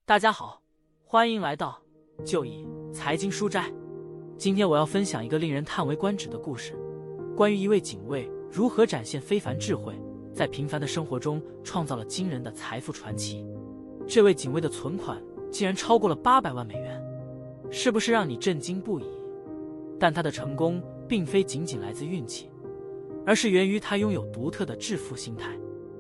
大家好，欢迎来到就以财经书斋。今天我要分享一个令人叹为观止的故事，关于一位警卫如何展现非凡智慧，在平凡的生活中创造了惊人的财富传奇。这位警卫的存款竟然超过了800万美元，是不是让你震惊不已？但他的成功并非仅仅来自运气，而是源于他拥有独特的致富心态。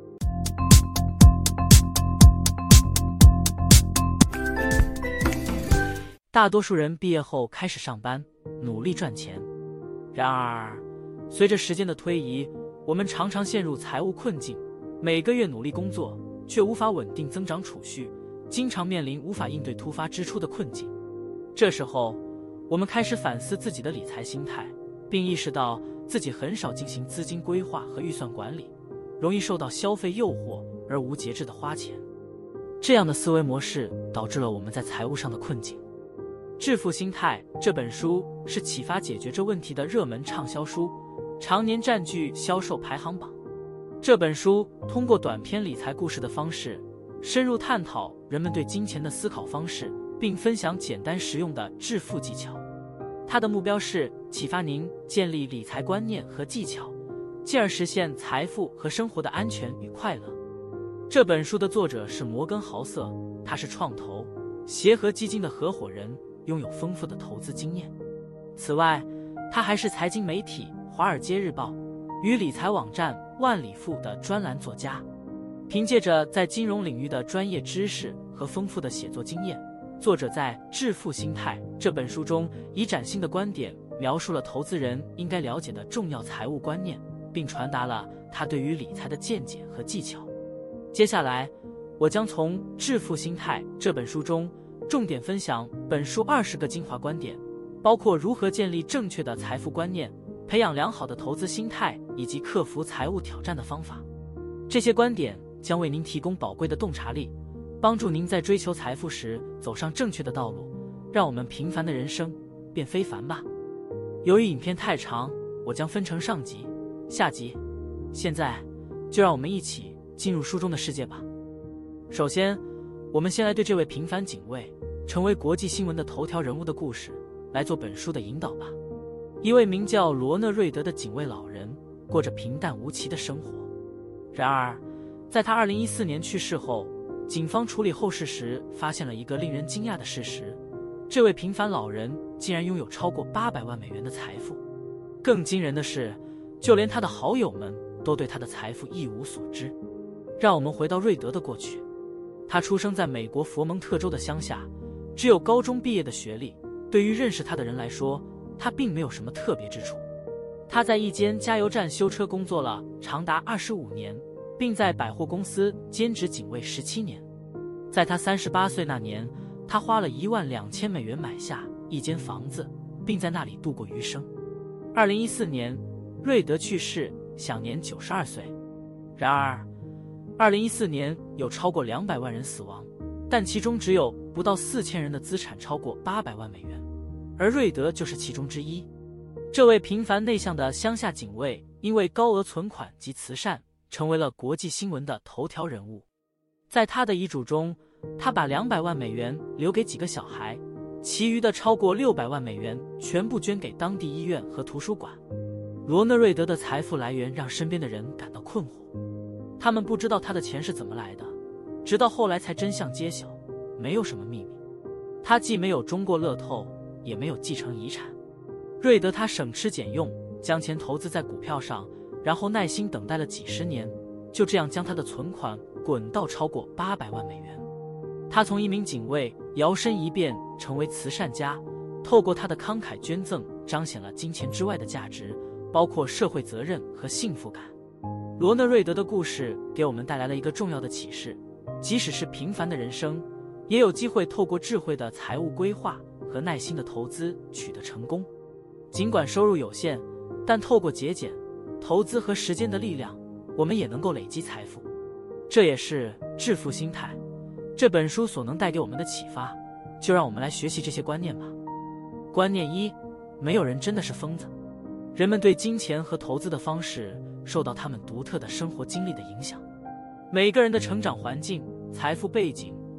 大多数人毕业后开始上班，努力赚钱。然而，随着时间的推移，我们常常陷入财务困境，每个月努力工作，却无法稳定增长储蓄，经常面临无法应对突发支出的困境。这时候，我们开始反思自己的理财心态，并意识到自己很少进行资金规划和预算管理，容易受到消费诱惑而无节制地花钱。这样的思维模式导致了我们在财务上的困境。《致富心态》这本书是启发解决这问题的热门畅销书，常年占据销售排行榜。这本书通过短篇理财故事的方式，深入探讨人们对金钱的思考方式，并分享简单实用的致富技巧。它的目标是启发您建立理财观念和技巧，进而实现财富和生活的安全与快乐。这本书的作者是摩根豪瑟，他是创投、协和基金的合伙人，拥有丰富的投资经验。此外，他还是财经媒体《华尔街日报》与理财网站万里富的专栏作家。凭借着在金融领域的专业知识和丰富的写作经验，作者在《致富心态》这本书中以崭新的观点描述了投资人应该了解的重要财务观念，并传达了他对于理财的见解和技巧。接下来，我将从《致富心态》这本书中重点分享本书20个精华观点，包括如何建立正确的财富观念，培养良好的投资心态，以及克服财务挑战的方法。这些观点将为您提供宝贵的洞察力，帮助您在追求财富时走上正确的道路。让我们平凡的人生变非凡吧。由于影片太长，我将分成上集、下集。现在就让我们一起进入书中的世界吧。首先，我们先来对这位平凡警卫成为国际新闻的头条人物的故事来做本书的引导吧。一位名叫罗讷瑞德的警卫老人过着平淡无奇的生活。然而，在他2014年去世后，警方处理后事时发现了一个令人惊讶的事实：这位平凡老人竟然拥有超过800万美元的财富。更惊人的是，就连他的好友们都对他的财富一无所知。让我们回到瑞德的过去。他出生在美国佛蒙特州的乡下，只有高中毕业的学历。对于认识他的人来说，他并没有什么特别之处。他在一间加油站修车工作了长达25年，并在百货公司兼职警卫17年。在他38岁那年，他花了12000美元买下一间房子，并在那里度过余生。2014年，瑞德去世，享年92岁。然而，2014年有超过200万人死亡，但其中只有不到4000人的资产超过800万美元，而瑞德就是其中之一。这位平凡内向的乡下警卫因为高额存款及慈善，成为了国际新闻的头条人物。在他的遗嘱中，他把200万美元留给几个小孩，其余的超过600万美元全部捐给当地医院和图书馆。罗讷瑞德的财富来源让身边的人感到困惑，他们不知道他的钱是怎么来的，直到后来才真相揭晓，没有什么秘密。他既没有中过乐透，也没有继承遗产。瑞德他省吃俭用，将钱投资在股票上，然后耐心等待了几十年，就这样将他的存款滚到超过800万美元。他从一名警卫摇身一变成为慈善家，透过他的慷慨捐赠，彰显了金钱之外的价值，包括社会责任和幸福感。罗讷瑞德的故事给我们带来了一个重要的启示：即使是平凡的人生，也有机会透过智慧的财务规划和耐心的投资取得成功。尽管收入有限，但透过节俭、投资和时间的力量，我们也能够累积财富。这也是《致富心态》这本书所能带给我们的启发。就让我们来学习这些观念吧。观念1：没有人真的是疯子。人们对金钱和投资的方式受到他们独特的生活经历的影响。每个人的成长环境、财富背景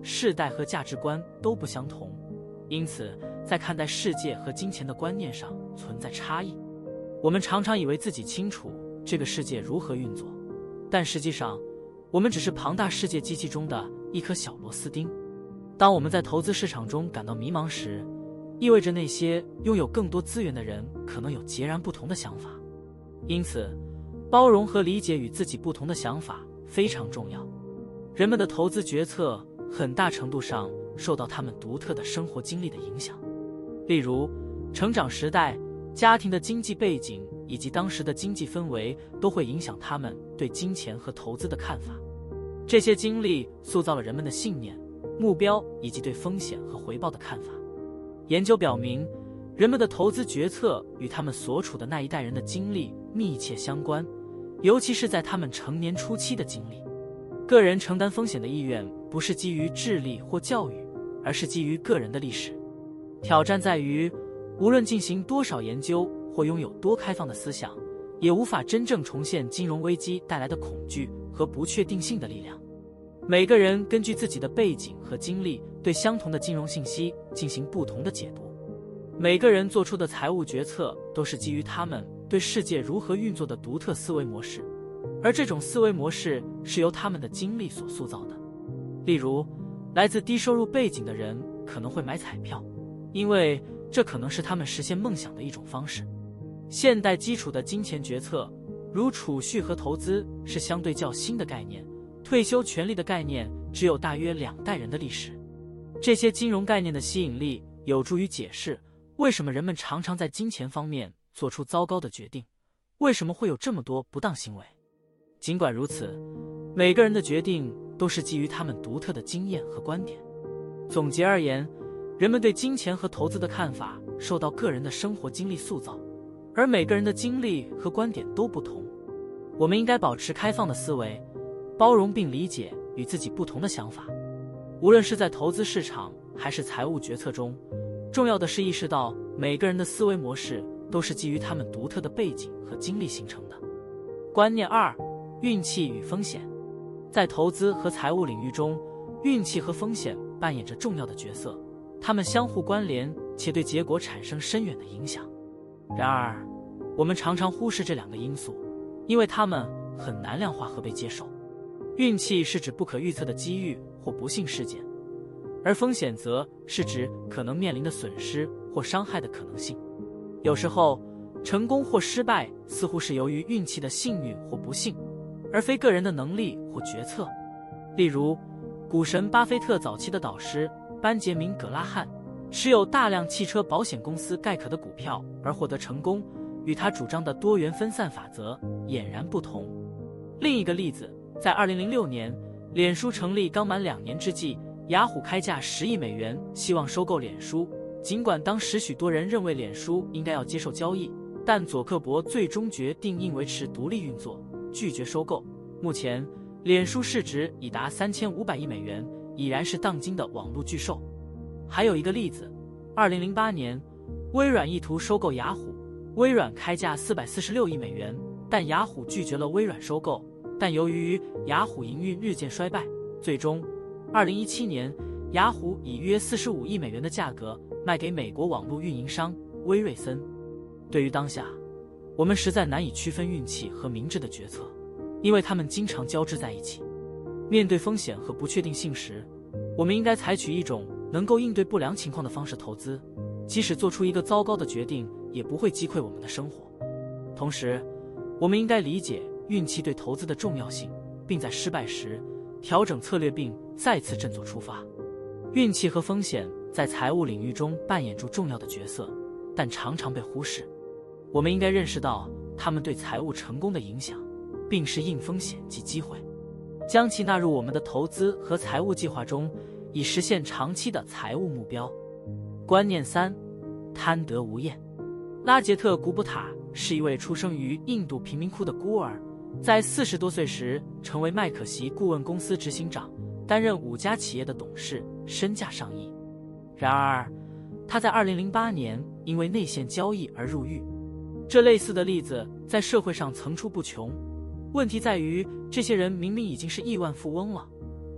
世代和价值观都不相同，因此在看待世界和金钱的观念上存在差异。我们常常以为自己清楚这个世界如何运作，但实际上我们只是庞大世界机器中的一颗小螺丝钉。当我们在投资市场中感到迷茫时，意味着那些拥有更多资源的人可能有截然不同的想法。因此，包容和理解与自己不同的想法非常重要。人们的投资决策很大程度上受到他们独特的生活经历的影响，例如成长时代、家庭的经济背景以及当时的经济氛围都会影响他们对金钱和投资的看法。这些经历塑造了人们的信念、目标以及对风险和回报的看法。研究表明，人们的投资决策与他们所处的那一代人的经历密切相关，尤其是在他们成年初期的经历。个人承担风险的意愿不是基于智力或教育，而是基于个人的历史。挑战在于，无论进行多少研究或拥有多开放的思想，也无法真正重现金融危机带来的恐惧和不确定性的力量。每个人根据自己的背景和经历，对相同的金融信息进行不同的解读。每个人做出的财务决策都是基于他们对世界如何运作的独特思维模式，而这种思维模式是由他们的经历所塑造的。例如，来自低收入背景的人可能会买彩票，因为这可能是他们实现梦想的一种方式。现代基础的金钱决策，如储蓄和投资，是相对较新的概念。退休权利的概念只有大约2代人的历史。这些金融概念的吸引力有助于解释为什么人们常常在金钱方面做出糟糕的决定，为什么会有这么多不当行为。尽管如此，每个人的决定都是基于他们独特的经验和观点。总结而言，人们对金钱和投资的看法受到个人的生活经历塑造，而每个人的经历和观点都不同。我们应该保持开放的思维，包容并理解与自己不同的想法。无论是在投资市场还是财务决策中，重要的是意识到每个人的思维模式都是基于他们独特的背景和经历形成的。观念2：运气与风险。在投资和财务领域中，运气和风险扮演着重要的角色，它们相互关联且对结果产生深远的影响。然而，我们常常忽视这2个因素，因为它们很难量化和被接受。运气是指不可预测的机遇或不幸事件，而风险则是指可能面临的损失或伤害的可能性。有时候，成功或失败似乎是由于运气的幸运或不幸，而非个人的能力或决策。例如，股神巴菲特早期的导师班杰明·葛拉汉持有大量汽车保险公司盖可的股票而获得成功，与他主张的多元分散法则俨然不同。另一个例子，在2006年，脸书成立刚满2年之际，雅虎开价10亿美元，希望收购脸书。尽管当时许多人认为脸书应该要接受交易，但佐克伯最终决定应维持独立运作，拒绝收购。目前，脸书市值已达3500亿美元，已然是当今的网络巨兽。还有一个例子，2008年，微软意图收购雅虎，微软开价446亿美元，但雅虎拒绝了微软收购。但由于雅虎营运日渐衰败，最终2017年，雅虎以约45亿美元的价格卖给美国网络运营商威瑞森。对于当下，我们实在难以区分运气和明智的决策，因为它们经常交织在一起。面对风险和不确定性时，我们应该采取一种能够应对不良情况的方式投资，即使做出一个糟糕的决定，也不会击溃我们的生活。同时，我们应该理解运气对投资的重要性，并在失败时调整策略并再次振作出发。运气和风险在财务领域中扮演着重要的角色，但常常被忽视。我们应该认识到他们对财务成功的影响，并适应风险及机会，将其纳入我们的投资和财务计划中，以实现长期的财务目标。观念3：贪得无厌。拉杰特·古布塔是一位出生于印度贫民窟的孤儿，在40多岁时成为麦可锡顾问公司执行长，担任5家企业的董事，身价上亿。然而，他在2008年因为内线交易而入狱。这类似的例子在社会上层出不穷。问题在于，这些人明明已经是亿万富翁了，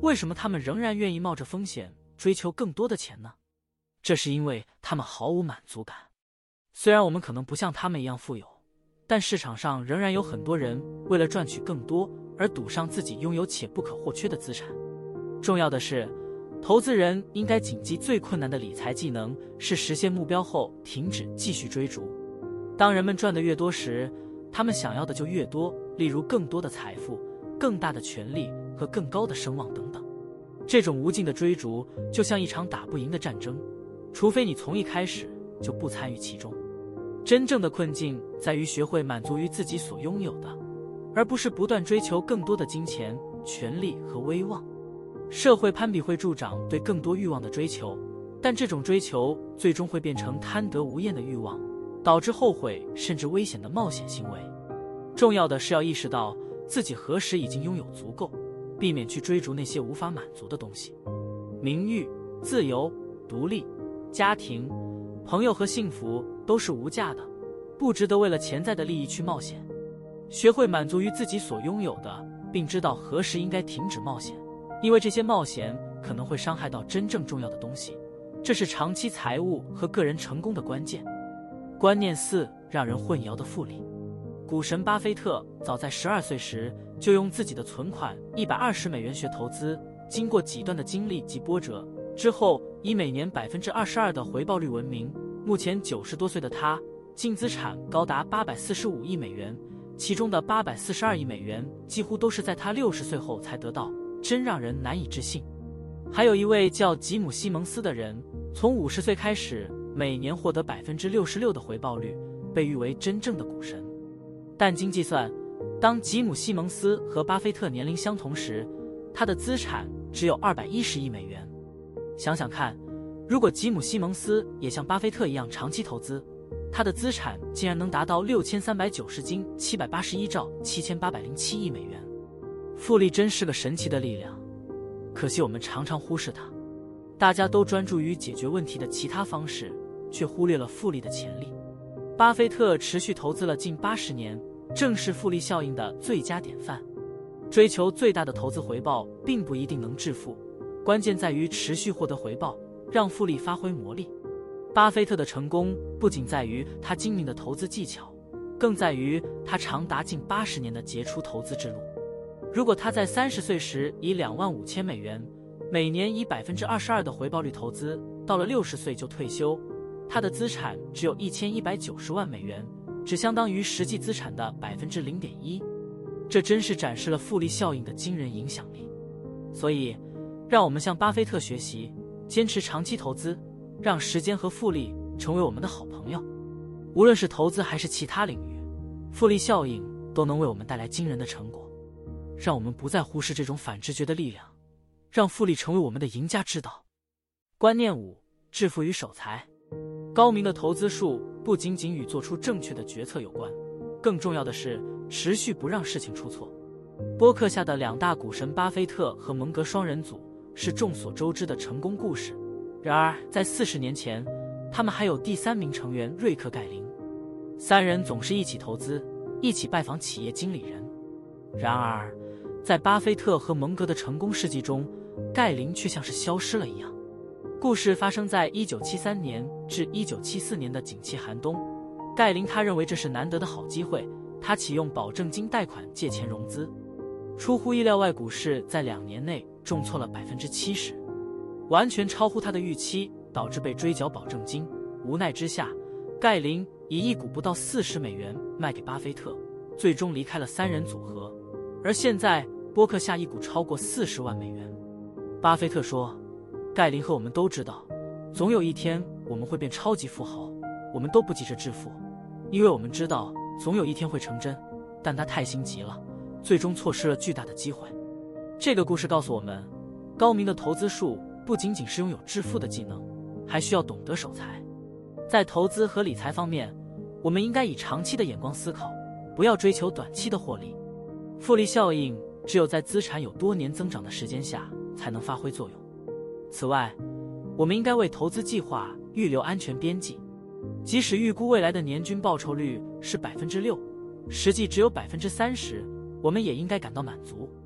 为什么他们仍然愿意冒着风险追求更多的钱呢？这是因为他们毫无满足感。虽然我们可能不像他们一样富有，但市场上仍然有很多人为了赚取更多而赌上自己拥有且不可或缺的资产。重要的是，投资人应该谨记最困难的理财技能是实现目标后停止继续追逐。当人们赚得越多时，他们想要的就越多，例如更多的财富、更大的权利和更高的声望等等。这种无尽的追逐就像一场打不赢的战争，除非你从一开始就不参与其中。真正的困境在于学会满足于自己所拥有的，而不是不断追求更多的金钱、权力和威望。社会攀比会助长对更多欲望的追求，但这种追求最终会变成贪得无厌的欲望，导致后悔甚至危险的冒险行为。重要的是要意识到自己何时已经拥有足够，避免去追逐那些无法满足的东西。名誉、自由、独立、家庭、朋友和幸福都是无价的，不值得为了潜在的利益去冒险。学会满足于自己所拥有的，并知道何时应该停止冒险，因为这些冒险可能会伤害到真正重要的东西，这是长期财务和个人成功的关键。观念4：让人混淆的复利。股神巴菲特早在12岁时就用自己的存款120美元学投资，经过几段的经历及波折之后，以每年22%的回报率闻名。目前90多岁的他，净资产高达845亿美元，其中的842亿美元几乎都是在他60岁后才得到，真让人难以置信。还有一位叫吉姆·西蒙斯的人，从50岁开始，每年获得66%的回报率，被誉为真正的股神。但经计算，当吉姆·西蒙斯和巴菲特年龄相同时，他的资产只有210亿美元。想想看，如果吉姆·西蒙斯也像巴菲特一样长期投资，他的资产竟然能达到6390金781兆7807亿美元。复利真是个神奇的力量，可惜我们常常忽视它。大家都专注于解决问题的其他方式，却忽略了复利的潜力。巴菲特持续投资了近80年，正是复利效应的最佳典范。追求最大的投资回报并不一定能致富，关键在于持续获得回报，让复利发挥魔力。巴菲特的成功不仅在于他精明的投资技巧，更在于他长达近80年的杰出投资之路。如果他在30岁时以25000美元，每年以22%的回报率投资，到了60岁就退休，他的资产只有1190万美元，只相当于实际资产的0.1%。这真是展示了复利效应的惊人影响力。所以，让我们向巴菲特学习，坚持长期投资，让时间和复利成为我们的好朋友。无论是投资还是其他领域，复利效应都能为我们带来惊人的成果。让我们不再忽视这种反直觉的力量，让复利成为我们的赢家之道。观念5：致富与守财。高明的投资术不仅仅与做出正确的决策有关，更重要的是持续不让事情出错。波克夏的2大股神巴菲特和蒙格双人组是众所周知的成功故事。然而，在40年前，他们还有第3名成员瑞克·盖林。3人总是一起投资，一起拜访企业经理人。然而，在巴菲特和蒙格的成功事迹中，盖林却像是消失了一样。故事发生在1973年至1974年的景气寒冬。盖林他认为这是难得的好机会，他启用保证金贷款借钱融资。出乎意料外，股市在2年内重挫了70%，完全超乎他的预期，导致被追缴保证金。无奈之下，盖林以一股不到40美元卖给巴菲特，最终离开了3人组合。而现在，波克夏一股超过40万美元。巴菲特说，盖林和我们都知道，总有一天我们会变超级富豪，我们都不急着致富，因为我们知道总有一天会成真，但他太心急了，最终错失了巨大的机会。这个故事告诉我们，高明的投资术不仅仅是拥有致富的技能，还需要懂得守财。在投资和理财方面，我们应该以长期的眼光思考，不要追求短期的获利。复利效应只有在资产有多年增长的时间下才能发挥作用。此外，我们应该为投资计划预留安全边际，即使预估未来的年均报酬率是6%，实际只有30%，我们也应该感到满足。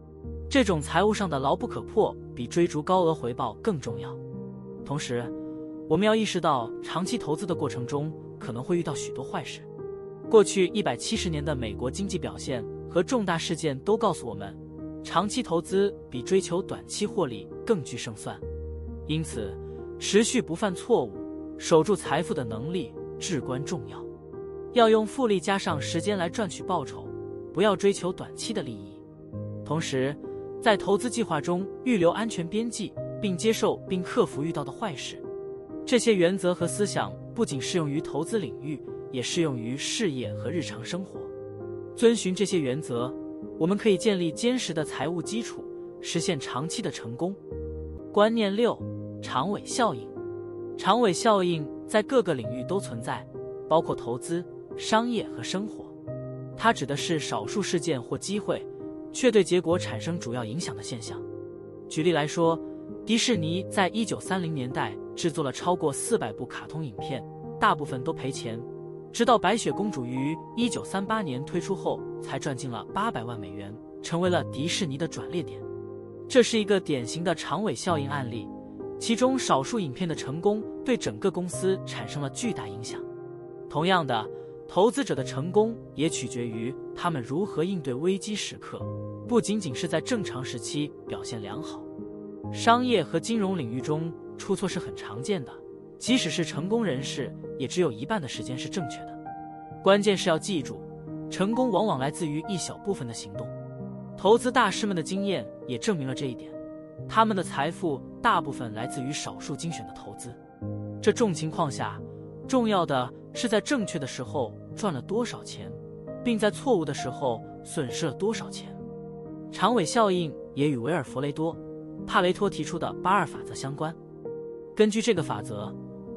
这种财务上的牢不可破，比追逐高额回报更重要。同时，我们要意识到，长期投资的过程中可能会遇到许多坏事。过去170年的美国经济表现和重大事件都告诉我们，长期投资比追求短期获利更具胜算。因此，持续不犯错误，守住财富的能力至关重要。要用复利加上时间来赚取报酬，不要追求短期的利益。同时，在投资计划中预留安全边际，并接受并克服遇到的坏事。这些原则和思想不仅适用于投资领域，也适用于事业和日常生活。遵循这些原则，我们可以建立坚实的财务基础，实现长期的成功。观念6：长尾效应。长尾效应在各个领域都存在，包括投资、商业和生活。它指的是少数事件或机会，却对结果产生主要影响的现象。举例来说，迪士尼在1930年代制作了超过400部卡通影片，大部分都赔钱，直到白雪公主于1938年推出后，才赚进了800万美元，成为了迪士尼的转捩点。这是一个典型的长尾效应案例，其中少数影片的成功对整个公司产生了巨大影响。同样的，投资者的成功也取决于他们如何应对危机时刻，不仅仅是在正常时期表现良好。商业和金融领域中出错是很常见的，即使是成功人士，也只有一半的时间是正确的。关键是要记住，成功往往来自于一小部分的行动。投资大师们的经验也证明了这一点，他们的财富大部分来自于少数精选的投资。这种情况下，重要的是在正确的时候赚了多少钱，并在错误的时候损失了多少钱。长尾效应也与维尔弗雷多·帕雷托提出的8·2法则相关。根据这个法则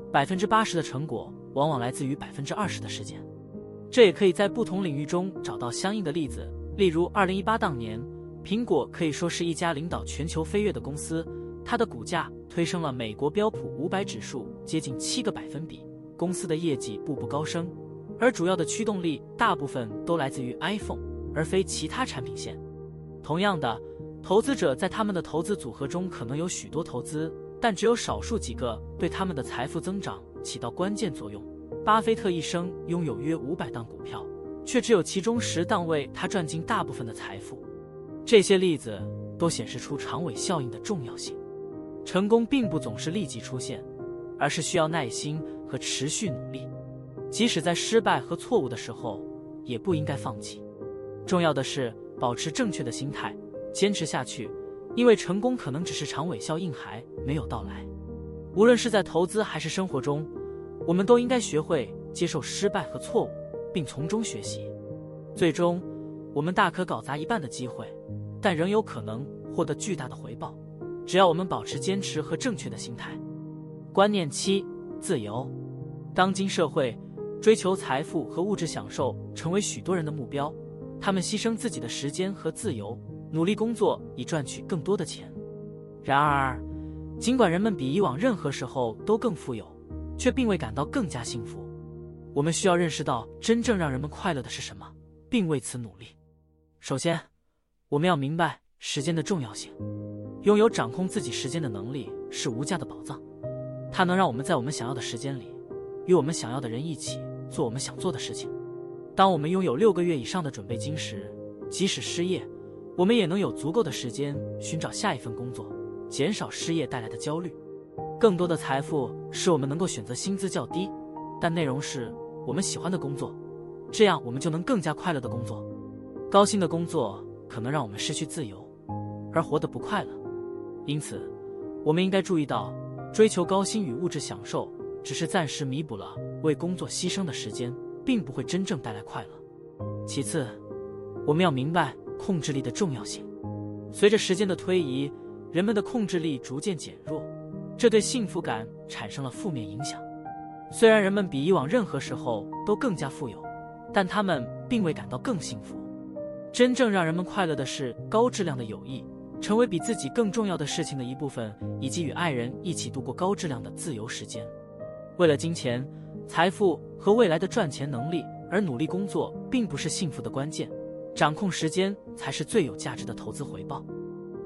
，80%的成果往往来自于20%的时间。这也可以在不同领域中找到相应的例子，例如2018当年，苹果可以说是一家领导全球飞跃的公司，它的股价推升了美国标普500指数接近7个百分比，公司的业绩步步高升，而主要的驱动力大部分都来自于 iPhone， 而非其他产品线。同样的，投资者在他们的投资组合中可能有许多投资，但只有少数几个对他们的财富增长起到关键作用。巴菲特一生拥有约500档股票，却只有其中10档为他赚进大部分的财富。这些例子都显示出长尾效应的重要性。成功并不总是立即出现，而是需要耐心和持续努力。即使在失败和错误的时候，也不应该放弃。重要的是保持正确的心态，坚持下去，因为成功可能只是长尾效应还没有到来。无论是在投资还是生活中，我们都应该学会接受失败和错误，并从中学习。最终，我们大可搞砸一半的机会，但仍有可能获得巨大的回报，只要我们保持坚持和正确的心态。观念7：自由。当今社会，追求财富和物质享受成为许多人的目标，他们牺牲自己的时间和自由，努力工作以赚取更多的钱。然而，尽管人们比以往任何时候都更富有，却并未感到更加幸福。我们需要认识到真正让人们快乐的是什么，并为此努力。首先，我们要明白时间的重要性。拥有掌控自己时间的能力是无价的宝藏，它能让我们在我们想要的时间里，与我们想要的人一起做我们想做的事情。当我们拥有6个月以上的准备金时，即使失业，我们也能有足够的时间寻找下一份工作，减少失业带来的焦虑。更多的财富使我们能够选择薪资较低，但内容是我们喜欢的工作，这样我们就能更加快乐的工作。高薪的工作可能让我们失去自由，而活得不快乐。因此，我们应该注意到，追求高薪与物质享受只是暂时弥补了为工作牺牲的时间，并不会真正带来快乐。其次，我们要明白控制力的重要性。随着时间的推移，人们的控制力逐渐减弱，这对幸福感产生了负面影响。虽然人们比以往任何时候都更加富有，但他们并未感到更幸福。真正让人们快乐的是高质量的友谊，成为比自己更重要的事情的一部分，以及与爱人一起度过高质量的自由时间。为了金钱、财富和未来的赚钱能力而努力工作并不是幸福的关键，掌控时间才是最有价值的投资回报。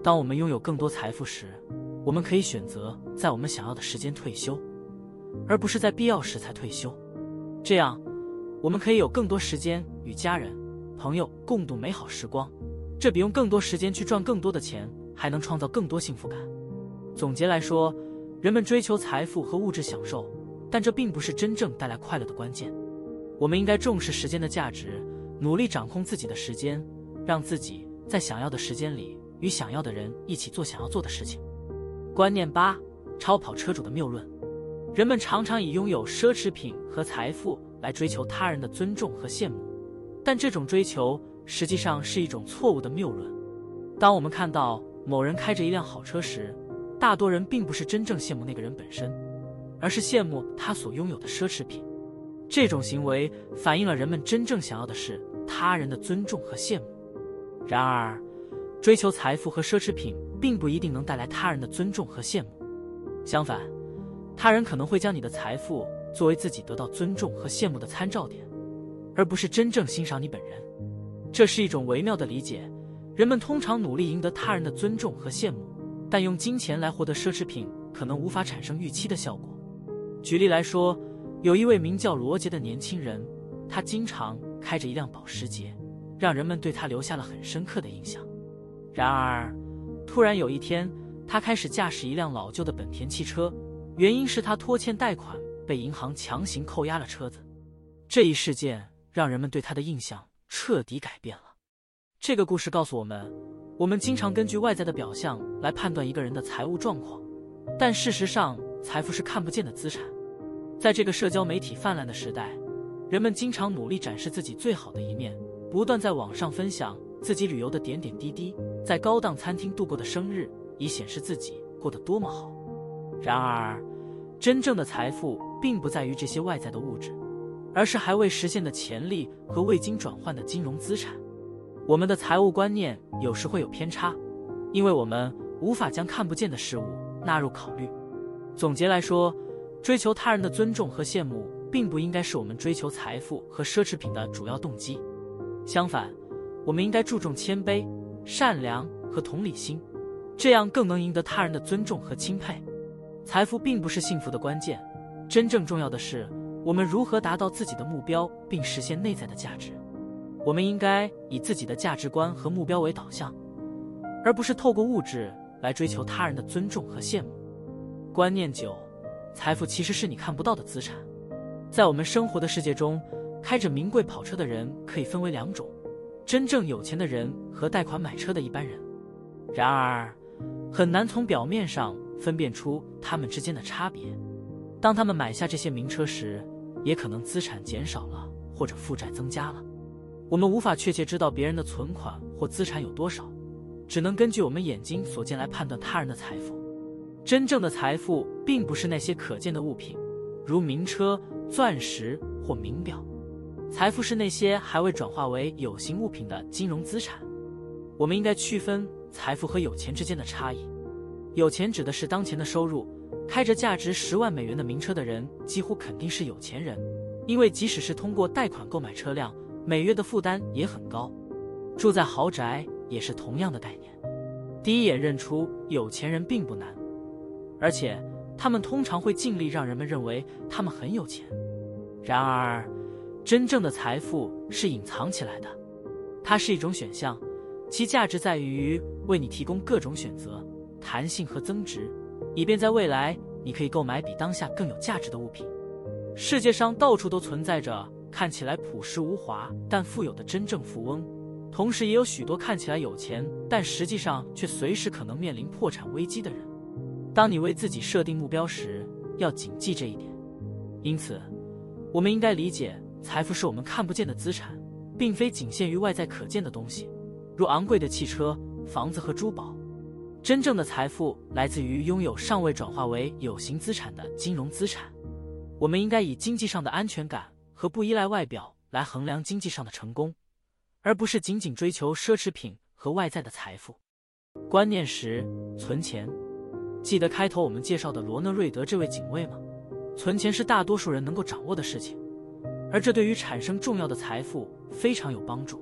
当我们拥有更多财富时，我们可以选择在我们想要的时间退休，而不是在必要时才退休。这样，我们可以有更多时间与家人、朋友共度美好时光，这比用更多时间去赚更多的钱还能创造更多幸福感。总结来说，人们追求财富和物质享受，但这并不是真正带来快乐的关键。我们应该重视时间的价值，努力掌控自己的时间，让自己在想要的时间里与想要的人一起做想要做的事情。观念8：超跑车主的谬论。人们常常以拥有奢侈品和财富来追求他人的尊重和羡慕，但这种追求实际上是一种错误的谬论。当我们看到某人开着一辆好车时，大多人并不是真正羡慕那个人本身，而是羡慕他所拥有的奢侈品。这种行为反映了人们真正想要的是他人的尊重和羡慕。然而，追求财富和奢侈品并不一定能带来他人的尊重和羡慕。相反，他人可能会将你的财富作为自己得到尊重和羡慕的参照点，而不是真正欣赏你本人。这是一种微妙的理解，人们通常努力赢得他人的尊重和羡慕，但用金钱来获得奢侈品可能无法产生预期的效果。举例来说，有一位名叫罗杰的年轻人，他经常开着一辆保时捷，让人们对他留下了很深刻的印象。然而，突然有一天，他开始驾驶一辆老旧的本田汽车，原因是他拖欠贷款，被银行强行扣押了车子。这一事件让人们对他的印象彻底改变了。这个故事告诉我们，我们经常根据外在的表象来判断一个人的财务状况，但事实上，财富是看不见的资产。在这个社交媒体泛滥的时代，人们经常努力展示自己最好的一面，不断在网上分享自己旅游的点点滴滴，在高档餐厅度过的生日，以显示自己过得多么好。然而，真正的财富并不在于这些外在的物质，而是还未实现的潜力和未经转换的金融资产。我们的财务观念有时会有偏差，因为我们无法将看不见的事物纳入考虑。总结来说，追求他人的尊重和羡慕并不应该是我们追求财富和奢侈品的主要动机。相反，我们应该注重谦卑、善良和同理心，这样更能赢得他人的尊重和钦佩。财富并不是幸福的关键，真正重要的是我们如何达到自己的目标并实现内在的价值。我们应该以自己的价值观和目标为导向，而不是透过物质来追求他人的尊重和羡慕。观念9：财富其实是你看不到的资产。在我们生活的世界中，开着名贵跑车的人可以分为2种，真正有钱的人和贷款买车的一般人。然而，很难从表面上分辨出他们之间的差别。当他们买下这些名车时，也可能资产减少了，或者负债增加了。我们无法确切知道别人的存款或资产有多少，只能根据我们眼睛所见来判断他人的财富。真正的财富并不是那些可见的物品，如名车、钻石或名表。财富是那些还未转化为有形物品的金融资产。我们应该区分财富和有钱之间的差异。有钱指的是当前的收入，开着价值10万美元的名车的人几乎肯定是有钱人，因为即使是通过贷款购买车辆，每月的负担也很高。住在豪宅也是同样的概念。第一眼认出有钱人并不难，而且他们通常会尽力让人们认为他们很有钱。然而，真正的财富是隐藏起来的，它是一种选项，其价值在于为你提供各种选择、弹性和增值，以便在未来你可以购买比当下更有价值的物品。世界上到处都存在着看起来朴实无华但富有的真正富翁，同时也有许多看起来有钱但实际上却随时可能面临破产危机的人。当你为自己设定目标时，要谨记这一点。因此，我们应该理解，财富是我们看不见的资产，并非仅限于外在可见的东西，如昂贵的汽车、房子和珠宝。真正的财富来自于拥有尚未转化为有形资产的金融资产。我们应该以经济上的安全感和不依赖外表来衡量经济上的成功，而不是仅仅追求奢侈品和外在的财富。观念10：存钱。记得开头我们介绍的罗纳瑞德这位警卫吗？存钱是大多数人能够掌握的事情，而这对于产生重要的财富非常有帮助。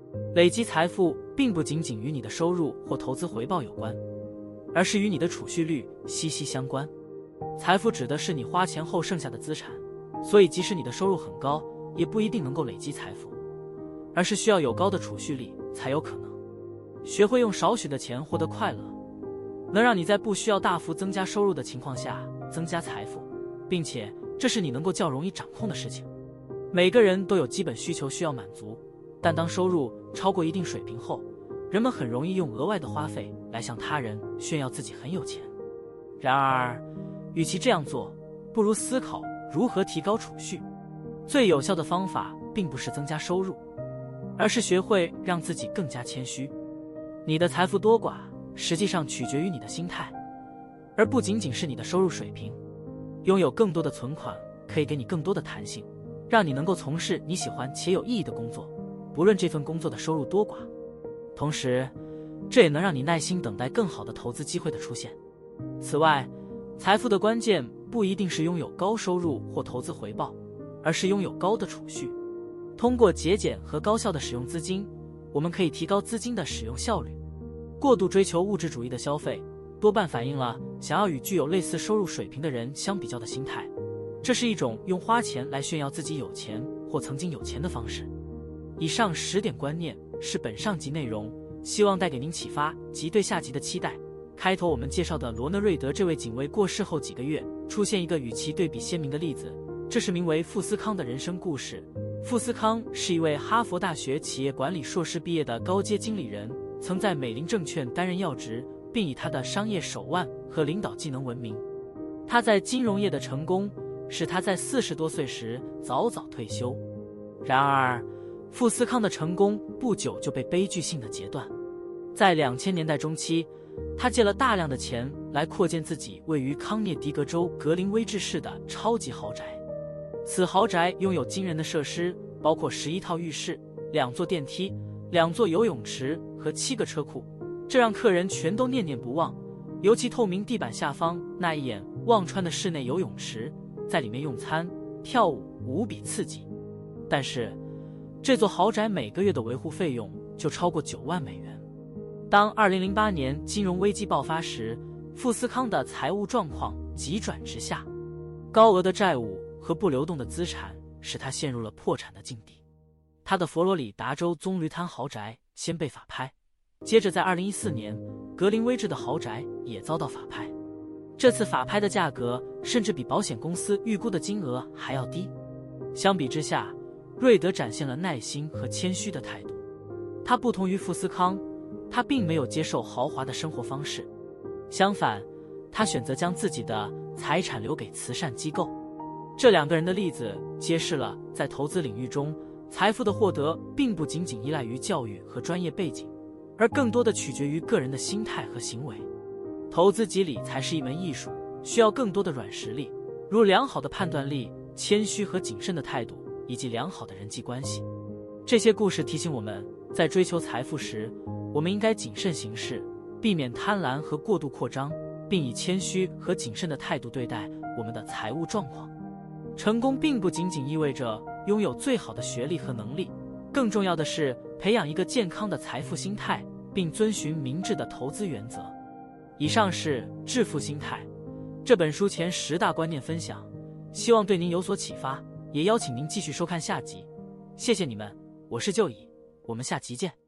累积财富并不仅仅与你的收入或投资回报有关，而是与你的储蓄率息息相关。财富指的是你花钱后剩下的资产，所以即使你的收入很高，也不一定能够累积财富，而是需要有高的储蓄力才有可能。学会用少许的钱获得快乐，能让你在不需要大幅增加收入的情况下增加财富，并且这是你能够较容易掌控的事情。每个人都有基本需求需要满足，但当收入超过一定水平后，人们很容易用额外的花费来向他人炫耀自己很有钱。然而，与其这样做，不如思考如何提高储蓄。最有效的方法并不是增加收入，而是学会让自己更加谦虚。你的财富多寡实际上取决于你的心态，而不仅仅是你的收入水平。拥有更多的存款可以给你更多的弹性，让你能够从事你喜欢且有意义的工作，不论这份工作的收入多寡。同时，这也能让你耐心等待更好的投资机会的出现。此外，财富的关键不一定是拥有高收入或投资回报，而是拥有高的储蓄。通过节俭和高效的使用资金，我们可以提高资金的使用效率。过度追求物质主义的消费，多半反映了想要与具有类似收入水平的人相比较的心态。这是一种用花钱来炫耀自己有钱或曾经有钱的方式。以上10点观念是本上集内容，希望带给您启发及对下集的期待。开头我们介绍的罗纳瑞德这位警卫过世后几个月，出现一个与其对比鲜明的例子，这是名为富斯康的人生故事。富斯康是一位哈佛大学企业管理硕士毕业的高阶经理人，曾在美林证券担任要职，并以他的商业手腕和领导技能闻名。他在金融业的成功使他在40多岁时早早退休。然而，富斯康的成功不久就被悲剧性的截断。在2000年代中期，他借了大量的钱来扩建自己位于康涅狄格州格林威治市的超级豪宅。此豪宅拥有惊人的设施，包括11套浴室、2座电梯、2座游泳池和7个车库，这让客人全都念念不忘。尤其透明地板下方那一眼望穿的室内游泳池，在里面用餐、跳舞无比刺激。但是，这座豪宅每个月的维护费用就超过9万美元。当2008年金融危机爆发时，富斯康的财务状况急转直下，高额的债务和不流动的资产使他陷入了破产的境地。他的佛罗里达州棕榈滩豪宅先被法拍，接着在2014年，格林威治的豪宅也遭到法拍。这次法拍的价格甚至比保险公司预估的金额还要低。相比之下，瑞德展现了耐心和谦虚的态度。他不同于富斯康，他并没有接受豪华的生活方式，相反，他选择将自己的财产留给慈善机构。这2个人的例子揭示了，在投资领域中，财富的获得并不仅仅依赖于教育和专业背景，而更多的取决于个人的心态和行为。投资及理财是一门艺术，需要更多的软实力，如良好的判断力、谦虚和谨慎的态度，以及良好的人际关系。这些故事提醒我们，在追求财富时，我们应该谨慎行事，避免贪婪和过度扩张，并以谦虚和谨慎的态度对待我们的财务状况。成功并不仅仅意味着拥有最好的学历和能力，更重要的是培养一个健康的财富心态，并遵循明智的投资原则。以上是《致富心态》这本书前10大观念分享，希望对您有所启发，也邀请您继续收看下集。谢谢你们，我是就乙，我们下集见。